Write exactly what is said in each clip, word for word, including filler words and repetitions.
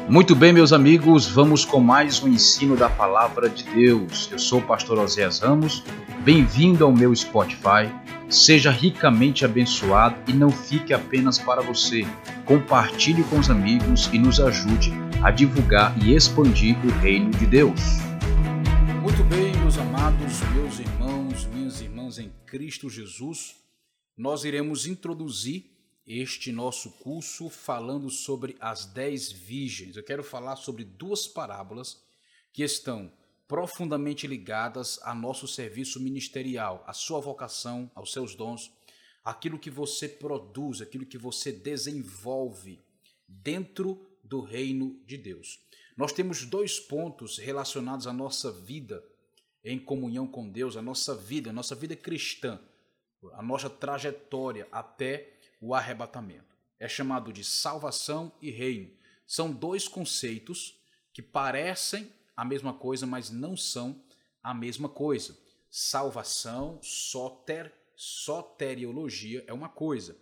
Muito bem, meus amigos, vamos com mais um ensino da Palavra de Deus. Eu sou o pastor Oséias Ramos, bem-vindo ao meu Spotify, seja ricamente abençoado e não fique apenas para você. Compartilhe com os amigos e nos ajude a divulgar e expandir o reino de Deus. Muito bem, meus amados, meus irmãos, minhas irmãs em Cristo Jesus, nós iremos introduzir este nosso curso falando sobre as dez virgens. Eu quero falar sobre duas parábolas que estão profundamente ligadas ao nosso serviço ministerial, à sua vocação, aos seus dons, aquilo que você produz, aquilo que você desenvolve dentro do reino de Deus. Nós temos dois pontos relacionados à nossa vida em comunhão com Deus, a nossa vida, a nossa vida cristã, a nossa trajetória até o arrebatamento. É chamado de salvação e reino. São dois conceitos que parecem a mesma coisa, mas não são a mesma coisa. Salvação, soter, soteriologia é uma coisa.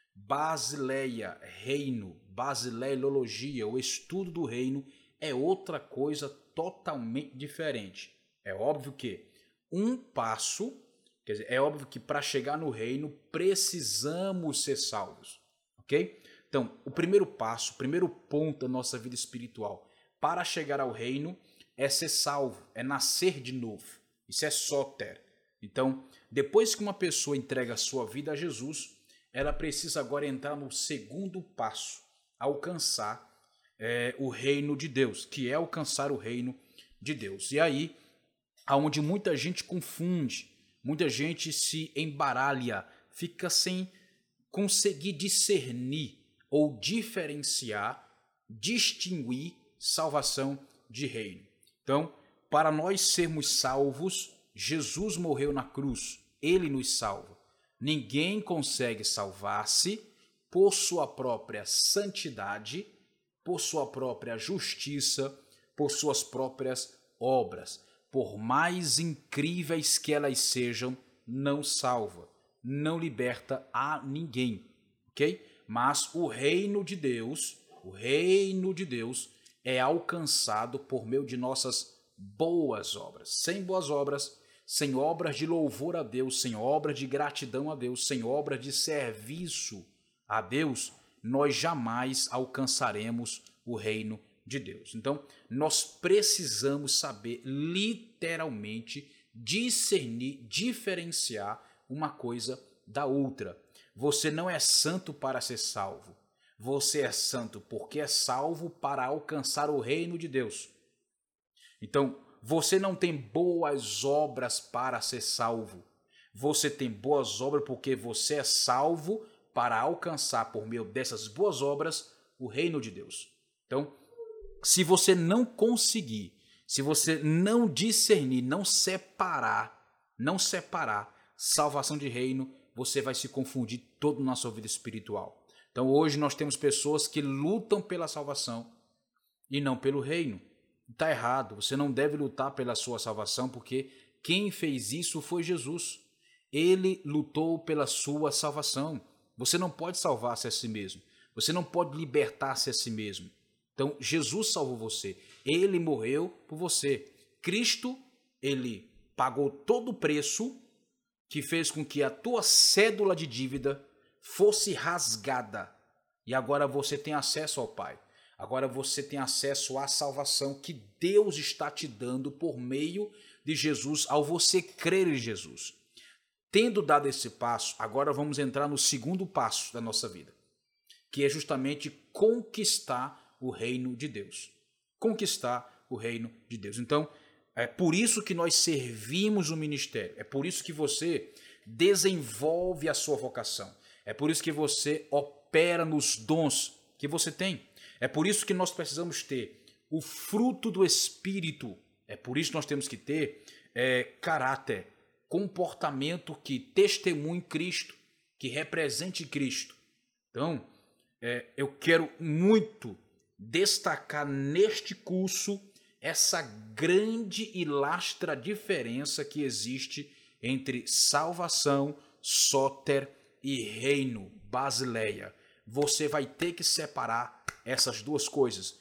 Basileia, reino, basileilologia, o estudo do reino é outra coisa totalmente diferente. É óbvio que um passo Quer dizer, é óbvio que para chegar no reino precisamos ser salvos, ok? Então, o primeiro passo, o primeiro ponto da nossa vida espiritual para chegar ao reino é ser salvo, é nascer de novo. Isso é soter. Então, depois que uma pessoa entrega a sua vida a Jesus, ela precisa agora entrar no segundo passo, alcançar é, o reino de Deus, que é alcançar o reino de Deus. E aí, aonde muita gente confunde, muita gente se embaralha, fica sem conseguir discernir ou diferenciar, distinguir salvação de reino. Então, para nós sermos salvos, Jesus morreu na cruz, ele nos salva. Ninguém consegue salvar-se por sua própria santidade, por sua própria justiça, por suas próprias obras. Por mais incríveis que elas sejam, não salva, não liberta a ninguém, ok? Mas o reino de Deus, o reino de Deus é alcançado por meio de nossas boas obras. Sem boas obras, sem obras de louvor a Deus, sem obras de gratidão a Deus, sem obras de serviço a Deus, nós jamais alcançaremos o reino de Deus. Então, nós precisamos saber literalmente discernir, diferenciar uma coisa da outra. Você não é santo para ser salvo. Você é santo porque é salvo para alcançar o reino de Deus. Então, você não tem boas obras para ser salvo. Você tem boas obras porque você é salvo para alcançar por meio dessas boas obras o reino de Deus. Então, se você não conseguir, se você não discernir, não separar, não separar salvação de reino, você vai se confundir todo na sua vida espiritual. Então hoje nós temos pessoas que lutam pela salvação e não pelo reino. Está errado, você não deve lutar pela sua salvação, porque quem fez isso foi Jesus. Ele lutou pela sua salvação. Você não pode salvar-se a si mesmo. Você não pode libertar-se a si mesmo. Então, Jesus salvou você. Ele morreu por você. Cristo, ele pagou todo o preço que fez com que a tua cédula de dívida fosse rasgada. E agora você tem acesso ao Pai. Agora você tem acesso à salvação que Deus está te dando por meio de Jesus, ao você crer em Jesus. Tendo dado esse passo, agora vamos entrar no segundo passo da nossa vida, que é justamente conquistar o reino de Deus. Conquistar o reino de Deus. Então, é por isso que nós servimos o ministério. É por isso que você desenvolve a sua vocação. É por isso que você opera nos dons que você tem. É por isso que nós precisamos ter o fruto do Espírito. É por isso que nós temos que ter é, caráter, comportamento que testemunhe Cristo, que represente Cristo. Então, é, eu quero muito destacar neste curso essa grande e lastra diferença que existe entre salvação, soter e reino, basileia. Você vai ter que separar essas duas coisas.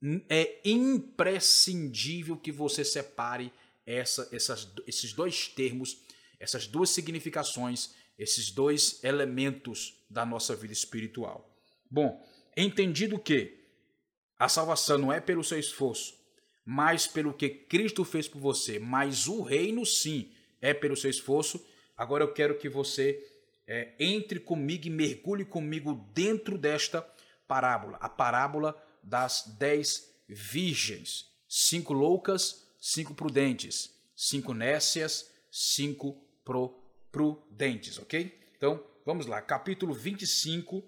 é imprescindível que você separe essa, essas, esses dois termos, essas duas significações, esses dois elementos da nossa vida espiritual. Bom, entendido que a salvação não é pelo seu esforço, mas pelo que Cristo fez por você, mas o reino sim é pelo seu esforço, agora eu quero que você é, entre comigo e mergulhe comigo dentro desta parábola, a parábola das dez virgens, cinco loucas, cinco prudentes, cinco nécias, cinco pro prudentes, ok? Então, vamos lá, capítulo vinte e cinco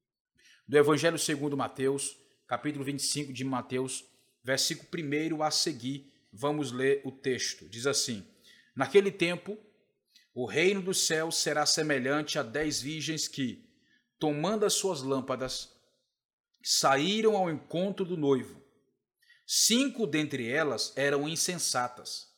do Evangelho segundo Mateus, capítulo vinte e cinco de Mateus, versículo primeiro a seguir, vamos ler o texto. Diz assim: naquele tempo, o reino dos céus será semelhante a dez virgens que, tomando as suas lâmpadas, saíram ao encontro do noivo. Cinco dentre elas eram insensatas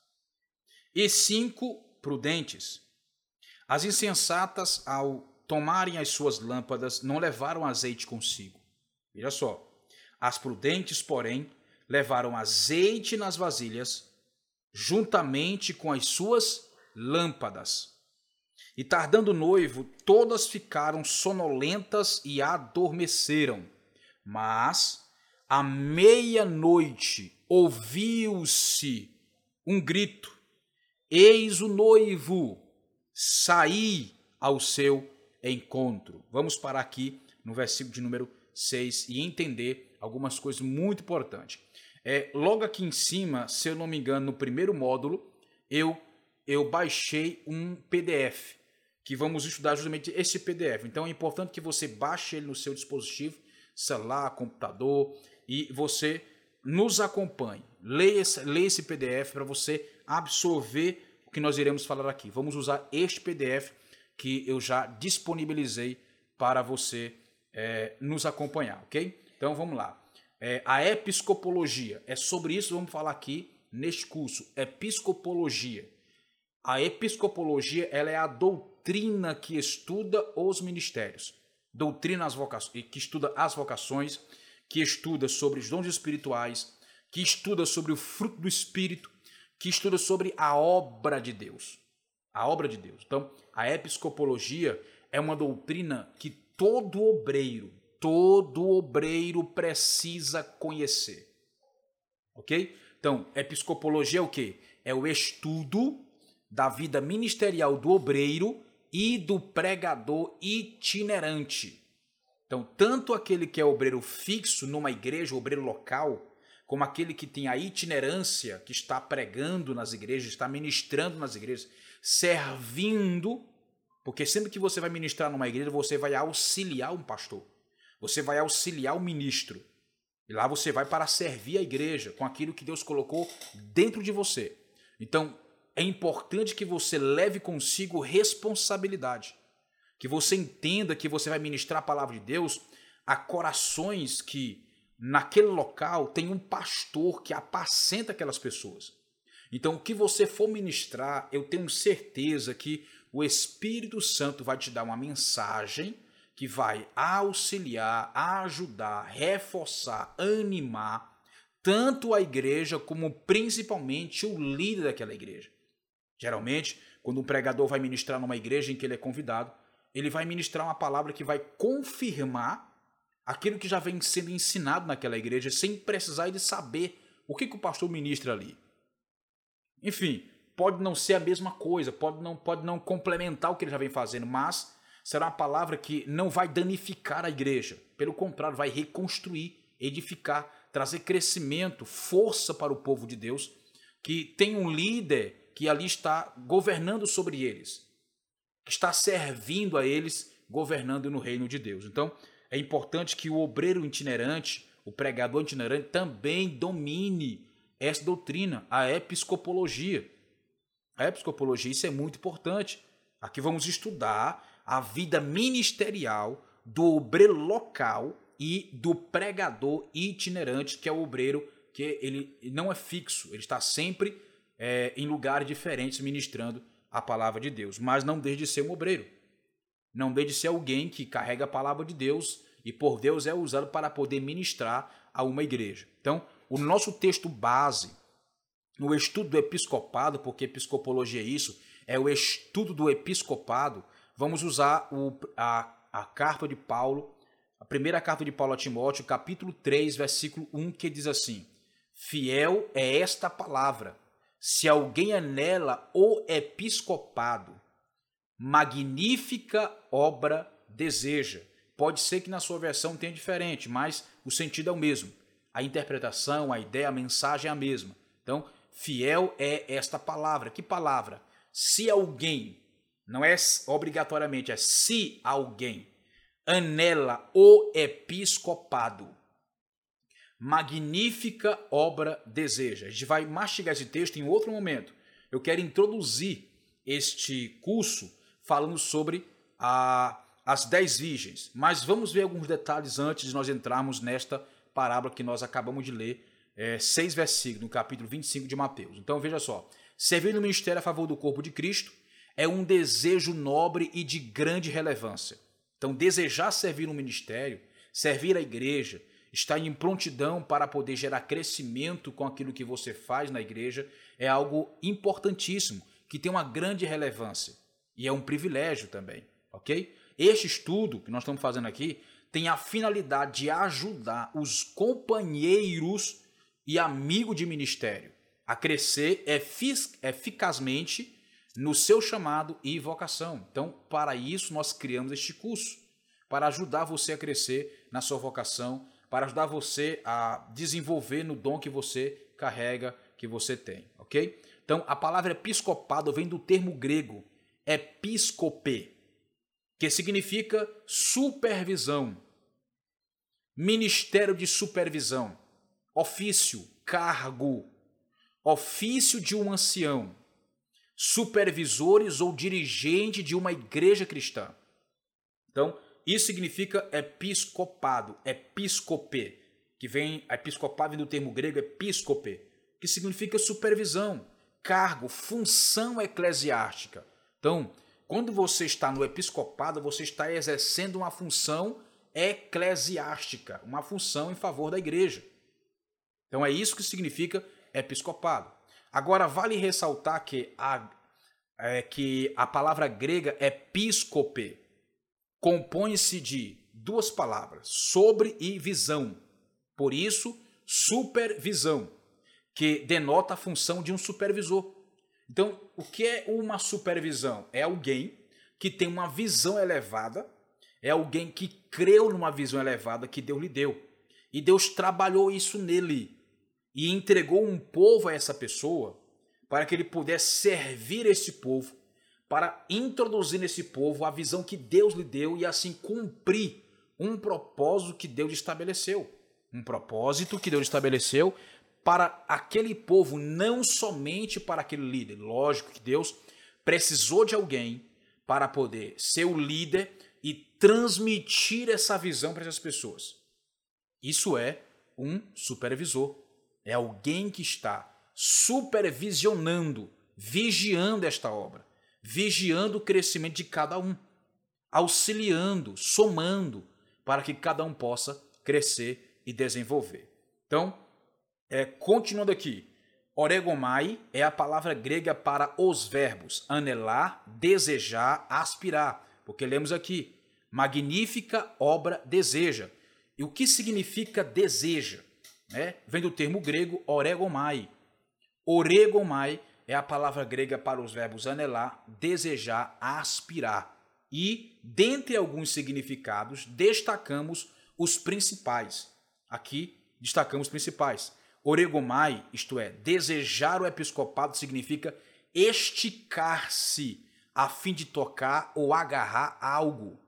e cinco prudentes. As insensatas, ao tomarem as suas lâmpadas, não levaram azeite consigo. Veja só. As prudentes, porém, levaram azeite nas vasilhas, juntamente com as suas lâmpadas. E tardando o noivo, todas ficaram sonolentas e adormeceram. Mas, à meia-noite, ouviu-se um grito: eis o noivo, saí ao seu encontro. Vamos parar aqui no versículo de número seis e entender algumas coisas muito importantes. É, logo aqui em cima, se eu não me engano, no primeiro módulo, eu, eu baixei um P D F, que vamos estudar justamente esse P D F. Então é importante que você baixe ele no seu dispositivo, celular, computador, e você nos acompanhe. Leia esse, leia esse P D F para você absorver o que nós iremos falar aqui. Vamos usar este P D F que eu já disponibilizei para você é, nos acompanhar, ok? Então vamos lá. É, a episcopologia, é sobre isso que vamos falar aqui neste curso, episcopologia. A episcopologia, ela é a doutrina que estuda os ministérios, doutrina as vocações, que estuda as vocações, que estuda sobre os dons espirituais, que estuda sobre o fruto do Espírito, que estuda sobre a obra de Deus. A obra de Deus. Então, a episcopologia é uma doutrina que todo obreiro, todo obreiro precisa conhecer. Ok? Então, episcopologia é o quê? É o estudo da vida ministerial do obreiro e do pregador itinerante. Então, tanto aquele que é obreiro fixo numa igreja, obreiro local, como aquele que tem a itinerância, que está pregando nas igrejas, está ministrando nas igrejas, servindo, porque sempre que você vai ministrar numa igreja, você vai auxiliar um pastor, você vai auxiliar o ministro, e lá você vai para servir a igreja com aquilo que Deus colocou dentro de você. Então, é importante que você leve consigo responsabilidade, que você entenda que você vai ministrar a palavra de Deus a corações que naquele local tem um pastor que apacenta aquelas pessoas. Então, o que você for ministrar, eu tenho certeza que o Espírito Santo vai te dar uma mensagem que vai auxiliar, ajudar, reforçar, animar tanto a igreja como principalmente o líder daquela igreja. Geralmente, quando um pregador vai ministrar numa igreja em que ele é convidado, ele vai ministrar uma palavra que vai confirmar aquilo que já vem sendo ensinado naquela igreja, sem precisar de saber o que, que o pastor ministra ali. Enfim, pode não ser a mesma coisa, pode não, pode não complementar o que ele já vem fazendo, mas será uma palavra que não vai danificar a igreja. Pelo contrário, vai reconstruir, edificar, trazer crescimento, força para o povo de Deus, que tem um líder que ali está governando sobre eles, que está servindo a eles, governando no reino de Deus. Então, é importante que o obreiro itinerante, o pregador itinerante, também domine essa doutrina, a episcopologia. A episcopologia, isso é muito importante. Aqui vamos estudar a vida ministerial do obreiro local e do pregador itinerante, que é o obreiro que ele não é fixo, ele está sempre é, em lugares diferentes ministrando a palavra de Deus, mas não deixe de ser um obreiro. Não deixe de ser alguém que carrega a palavra de Deus e por Deus é usado para poder ministrar a uma igreja. Então, o nosso texto base no estudo do episcopado, porque episcopologia é isso, é o estudo do episcopado, vamos usar o, a, a carta de Paulo, a primeira carta de Paulo a Timóteo, capítulo três, versículo um, que diz assim: fiel é esta palavra, se alguém é nela o episcopado, magnífica obra deseja. Pode ser que na sua versão tenha diferente, mas o sentido é o mesmo. A interpretação, a ideia, a mensagem é a mesma. Então, fiel é esta palavra. Que palavra? Se alguém, não é obrigatoriamente, é se alguém anela o episcopado, magnífica obra deseja. A gente vai mastigar esse texto em outro momento. Eu quero introduzir este curso falando sobre a, as dez virgens, mas vamos ver alguns detalhes antes de nós entrarmos nesta parábola que nós acabamos de ler, é, seis versículos, no capítulo vinte e cinco de Mateus. Então veja só, servir no ministério a favor do corpo de Cristo é um desejo nobre e de grande relevância. Então desejar servir no ministério, servir a igreja, estar em prontidão para poder gerar crescimento com aquilo que você faz na igreja é algo importantíssimo, que tem uma grande relevância e é um privilégio também, ok? Este estudo que nós estamos fazendo aqui tem a finalidade de ajudar os companheiros e amigos de ministério a crescer eficazmente no seu chamado e vocação. Então, para isso, nós criamos este curso, para ajudar você a crescer na sua vocação, para ajudar você a desenvolver no dom que você carrega, que você tem, ok? Então, a palavra episcopado vem do termo grego episcope, que significa supervisão, ministério de supervisão, ofício, cargo, ofício de um ancião, supervisores ou dirigente de uma igreja cristã. Então, isso significa episcopado, episcope, que vem, episcopado vem do termo grego episcope, que significa supervisão, cargo, função eclesiástica. Então, quando você está no episcopado, você está exercendo uma função eclesiástica, uma função em favor da igreja. Então, é isso que significa episcopado. Agora, vale ressaltar que a, é, que a palavra grega episcope compõe-se de duas palavras, sobre e visão. Por isso, supervisão, que denota a função de um supervisor. Então, o que é uma supervisão? É alguém que tem uma visão elevada, é alguém que creu numa visão elevada que Deus lhe deu. E Deus trabalhou isso nele e entregou um povo a essa pessoa para que ele pudesse servir esse povo, para introduzir nesse povo a visão que Deus lhe deu e assim cumprir um propósito que Deus estabeleceu. Um propósito que Deus estabeleceu para aquele povo, não somente para aquele líder. Lógico que Deus precisou de alguém para poder ser o líder e transmitir essa visão para essas pessoas. Isso é um supervisor. É alguém que está supervisionando, vigiando esta obra, vigiando o crescimento de cada um, auxiliando, somando, para que cada um possa crescer e desenvolver. Então, é, continuando aqui, oregomai é a palavra grega para os verbos anelar, desejar, aspirar, porque lemos aqui, magnífica obra deseja. E o que significa deseja? Né? Vem do termo grego oregomai. Oregomai é a palavra grega para os verbos anelar, desejar, aspirar. E, dentre alguns significados, destacamos os principais. Aqui, destacamos os principais. Oregomai, isto é, desejar o episcopado, significa esticar-se a fim de tocar ou agarrar algo.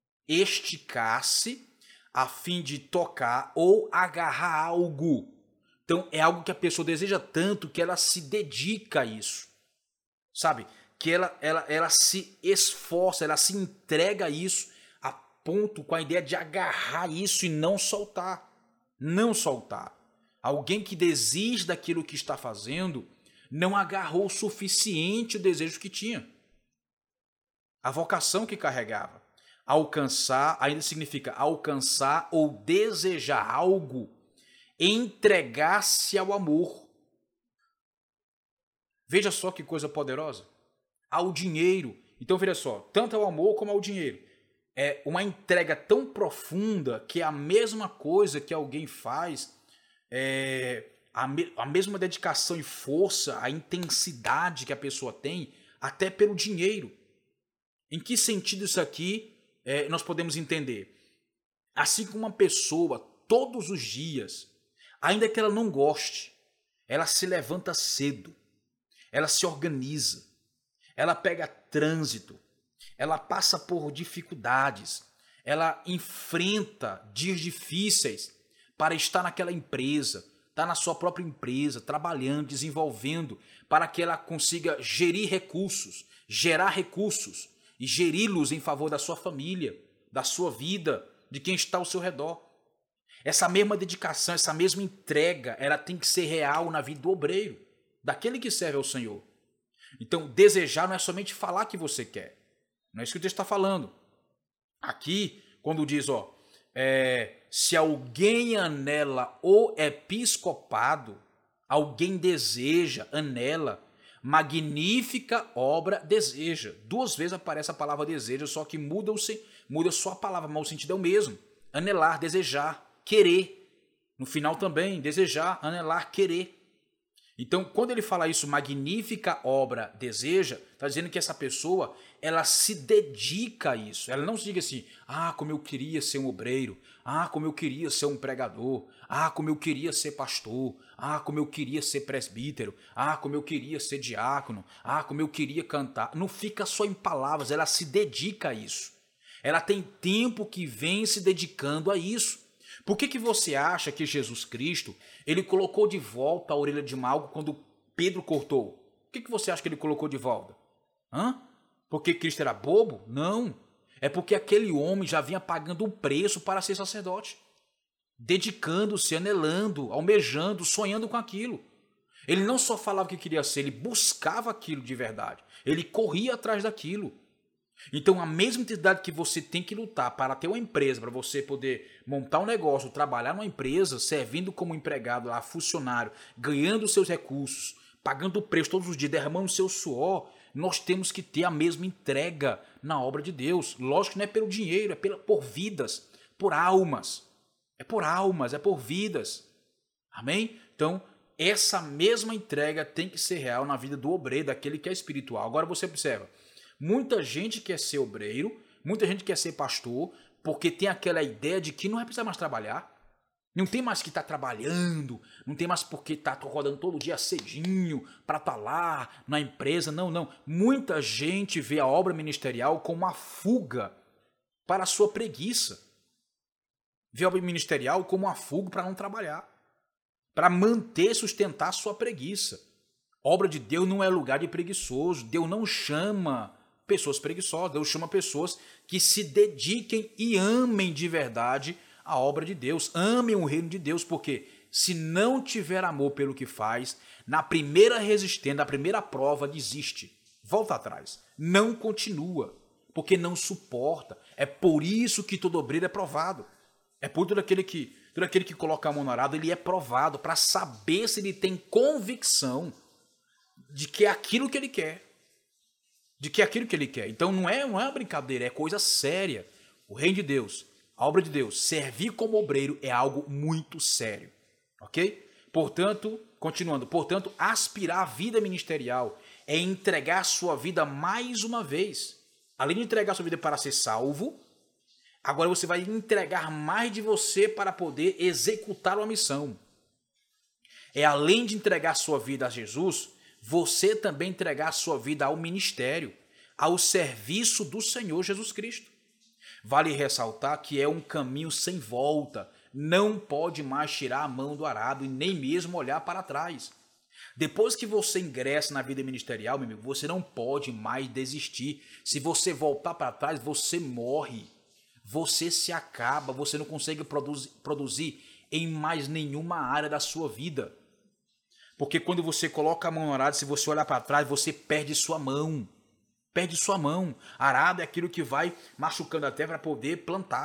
Esticar-se a fim de tocar ou agarrar algo. Então, é algo que a pessoa deseja tanto que ela se dedica a isso. Sabe? Que ela, ela, ela se esforça, ela se entrega a isso a ponto com a ideia de agarrar isso e não soltar. Não soltar. Alguém que desiste daquilo que está fazendo não agarrou o suficiente o desejo que tinha. A vocação que carregava. Alcançar ainda significa alcançar ou desejar algo entregar-se ao amor. Veja só que coisa poderosa. Ao dinheiro. Então, veja só, tanto ao amor como ao dinheiro. É uma entrega tão profunda que é a mesma coisa que alguém faz, é, a, me, a mesma dedicação e força, a intensidade que a pessoa tem, até pelo dinheiro. Em que sentido isso aqui é, nós podemos entender? Assim como uma pessoa, todos os dias, ainda que ela não goste, ela se levanta cedo, ela se organiza, ela pega trânsito, ela passa por dificuldades, ela enfrenta dias difíceis para estar naquela empresa, estar na sua própria empresa, trabalhando, desenvolvendo, para que ela consiga gerir recursos, gerar recursos e geri-los em favor da sua família, da sua vida, de quem está ao seu redor. Essa mesma dedicação, essa mesma entrega, ela tem que ser real na vida do obreiro, daquele que serve ao Senhor. Então, desejar não é somente falar que você quer. Não é isso que o texto está falando. Aqui, quando diz, ó, é, se alguém anela o episcopado, alguém deseja, anela, magnífica obra deseja. Duas vezes aparece a palavra deseja, só que muda, o, muda só a palavra, mas o sentido é o mesmo. Anelar, desejar, querer. No final também, desejar, anelar, querer. Então, quando ele fala isso, magnífica obra deseja, está dizendo que essa pessoa, ela se dedica a isso. Ela não se diga assim, ah, como eu queria ser um obreiro, ah, como eu queria ser um pregador, ah, como eu queria ser pastor, ah, como eu queria ser presbítero, ah, como eu queria ser diácono, ah, como eu queria cantar. Não fica só em palavras, ela se dedica a isso. Ela tem tempo que vem se dedicando a isso. Por que que você acha que Jesus Cristo, ele colocou de volta a orelha de Malco quando Pedro cortou? Por que que você acha que ele colocou de volta? Hã? Porque Cristo era bobo? Não. É porque aquele homem já vinha pagando um preço para ser sacerdote. Dedicando-se, anelando, almejando, sonhando com aquilo. Ele não só falava o que queria ser, ele buscava aquilo de verdade. Ele corria atrás daquilo. Então, a mesma intensidade que você tem que lutar para ter uma empresa, para você poder montar um negócio, trabalhar numa empresa, servindo como empregado lá, funcionário, ganhando seus recursos, pagando o preço todos os dias, derramando seu suor, nós temos que ter a mesma entrega na obra de Deus. Lógico que não é pelo dinheiro, é pela, por vidas, por almas. É por almas, é por vidas. Amém? Então, essa mesma entrega tem que ser real na vida do obreiro, daquele que é espiritual. Agora você observa. Muita gente quer ser obreiro, muita gente quer ser pastor, porque tem aquela ideia de que não vai precisar mais trabalhar. Não tem mais que estar tá trabalhando, não tem mais porque estar tá rodando todo dia cedinho para estar tá lá na empresa. Não, não. Muita gente vê a obra ministerial como uma fuga para a sua preguiça. Vê a obra ministerial como uma fuga para não trabalhar, para manter, sustentar a sua preguiça. A obra de Deus não é lugar de preguiçoso. Deus não chama pessoas preguiçosas, Deus chama pessoas que se dediquem e amem de verdade a obra de Deus, amem o reino de Deus, porque se não tiver amor pelo que faz, na primeira resistência, na primeira prova, desiste, volta atrás, não continua, porque não suporta. É por isso que todo obreiro é provado, é por todo aquele que, todo aquele que coloca a mão no arado, ele é provado para saber se ele tem convicção de que é aquilo que ele quer. De que é aquilo que ele quer. Então não é, não é uma brincadeira, é coisa séria. O reino de Deus, a obra de Deus, servir como obreiro é algo muito sério. Ok? Portanto, continuando, portanto, aspirar à vida ministerial é entregar sua vida mais uma vez. Além de entregar sua vida para ser salvo, agora você vai entregar mais de você para poder executar uma missão. É além de entregar sua vida a Jesus, você também entregar a sua vida ao ministério, ao serviço do Senhor Jesus Cristo. Vale ressaltar que é um caminho sem volta, não pode mais tirar a mão do arado e nem mesmo olhar para trás. Depois que você ingressa na vida ministerial, meu amigo, você não pode mais desistir. Se você voltar para trás, você morre, você se acaba, você não consegue produzir, produzir em mais nenhuma área da sua vida. Porque quando você coloca a mão no arado, se você olhar para trás, você perde sua mão. Perde sua mão. Arado é aquilo que vai machucando a terra para poder plantar.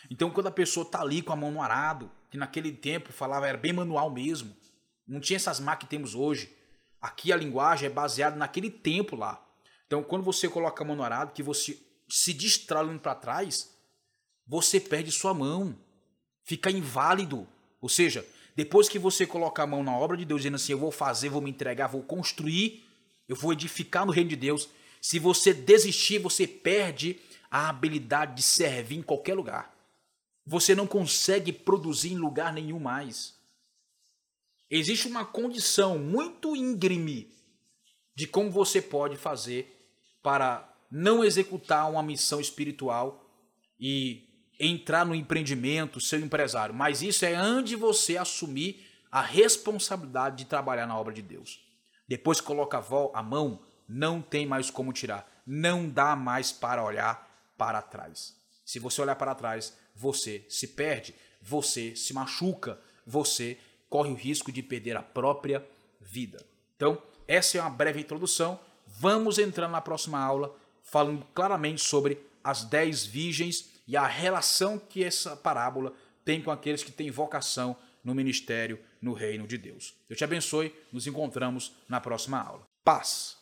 Então, quando a pessoa está ali com a mão no arado, que naquele tempo falava era bem manual mesmo, não tinha essas máquinas que temos hoje. Aqui a linguagem é baseada naquele tempo lá. Então, quando você coloca a mão no arado, que você se distrai olhando para trás, você perde sua mão, fica inválido. Ou seja, depois que você coloca a mão na obra de Deus, dizendo assim, eu vou fazer, vou me entregar, vou construir, eu vou edificar no reino de Deus. Se você desistir, você perde a habilidade de servir em qualquer lugar. Você não consegue produzir em lugar nenhum mais. Existe uma condição muito íngreme de como você pode fazer para não executar uma missão espiritual e entrar no empreendimento, ser um empresário. Mas isso é antes de você assumir a responsabilidade de trabalhar na obra de Deus. Depois que coloca a mão, não tem mais como tirar. Não dá mais para olhar para trás. Se você olhar para trás, você se perde, você se machuca, você corre o risco de perder a própria vida. Então, essa é uma breve introdução. Vamos entrar na próxima aula falando claramente sobre as dez virgens e a relação que essa parábola tem com aqueles que têm vocação no ministério, no reino de Deus. Deus te abençoe, nos encontramos na próxima aula. Paz!